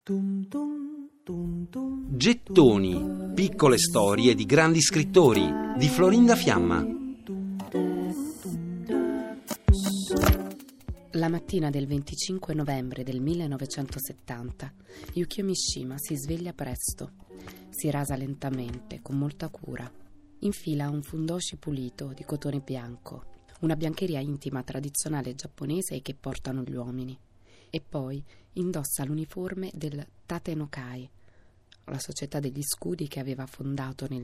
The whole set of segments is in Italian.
Gettoni, piccole storie di grandi scrittori di Florinda Fiamma. La mattina del 25 novembre del 1970, Yukio Mishima si sveglia presto. Si rasa lentamente, con molta cura. Infila un fundoshi pulito di cotone bianco, una biancheria intima tradizionale giapponese che portano gli uomini. E poi indossa l'uniforme del Tatenokai, la società degli scudi che aveva fondato nel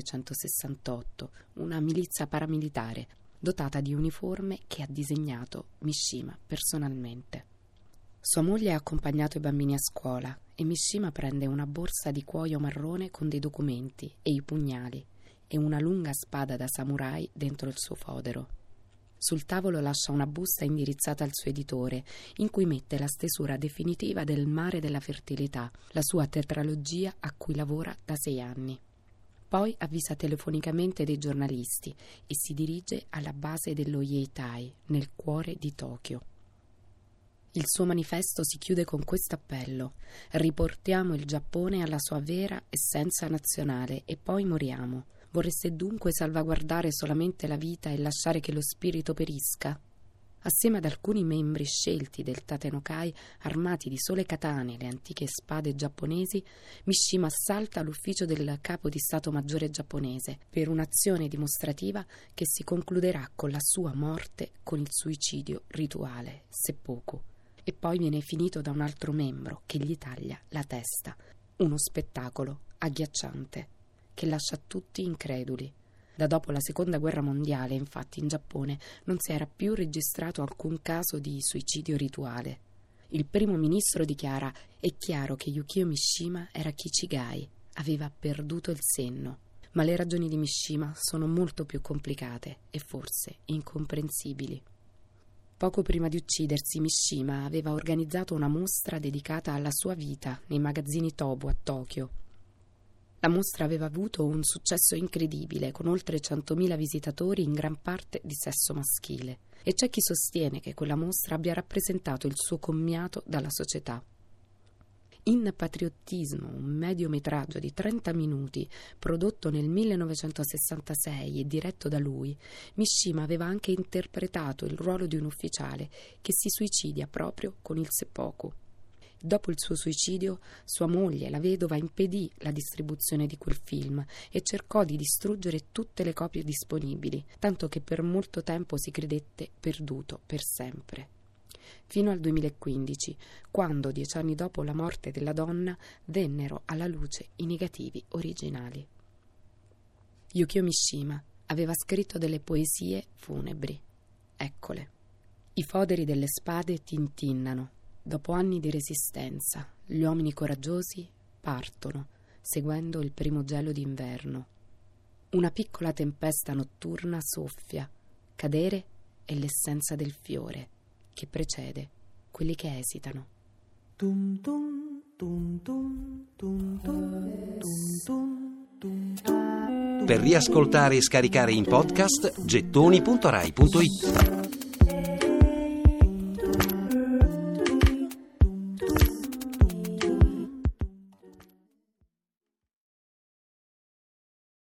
1968, una milizia paramilitare dotata di uniforme che ha disegnato Mishima personalmente. Sua moglie ha accompagnato i bambini a scuola e Mishima prende una borsa di cuoio marrone con dei documenti e i pugnali e una lunga spada da samurai dentro il suo fodero. Sul tavolo lascia una busta indirizzata al suo editore, in cui mette la stesura definitiva del Mare della fertilità, la sua tetralogia a cui lavora da 6 anni. Poi avvisa telefonicamente dei giornalisti e si dirige alla base dello Yeitai, nel cuore di Tokyo. Il suo manifesto si chiude con questo appello: riportiamo il Giappone alla sua vera essenza nazionale e poi moriamo. Vorreste dunque salvaguardare solamente la vita e lasciare che lo spirito perisca? Assieme ad alcuni membri scelti del Tatenokai, armati di sole katane e le antiche spade giapponesi, Mishima assalta l'ufficio del capo di Stato Maggiore giapponese per un'azione dimostrativa che si concluderà con la sua morte con il suicidio rituale, seppuku, e poi viene finito da un altro membro che gli taglia la testa. Uno spettacolo agghiacciante che lascia tutti increduli. Da dopo la Seconda Guerra Mondiale, infatti, in Giappone non si era più registrato alcun caso di suicidio rituale. Il primo ministro dichiara: è chiaro che Yukio Mishima era Kichigai, aveva perduto il senno. Ma le ragioni di Mishima sono molto più complicate e forse incomprensibili. Poco prima di uccidersi, Mishima aveva organizzato una mostra dedicata alla sua vita nei magazzini Tobu a Tokyo. La mostra aveva avuto un successo incredibile, con oltre 100.000 visitatori, in gran parte di sesso maschile, e c'è chi sostiene che quella mostra abbia rappresentato il suo commiato dalla società. In Patriottismo, un mediometraggio di 30 minuti, prodotto nel 1966 e diretto da lui, Mishima aveva anche interpretato il ruolo di un ufficiale che si suicidia proprio con il seppuku. Dopo il suo suicidio, sua moglie, la vedova, impedì la distribuzione di quel film e cercò di distruggere tutte le copie disponibili, tanto che per molto tempo si credette perduto per sempre. Fino al 2015, quando, 10 anni dopo la morte della donna, vennero alla luce i negativi originali. Yukio Mishima aveva scritto delle poesie funebri. Eccole. I foderi delle spade tintinnano. Dopo anni di resistenza, gli uomini coraggiosi partono, seguendo il primo gelo d'inverno. Una piccola tempesta notturna soffia. Cadere è l'essenza del fiore che precede quelli che esitano. Per riascoltare e scaricare in podcast gettoni.rai.it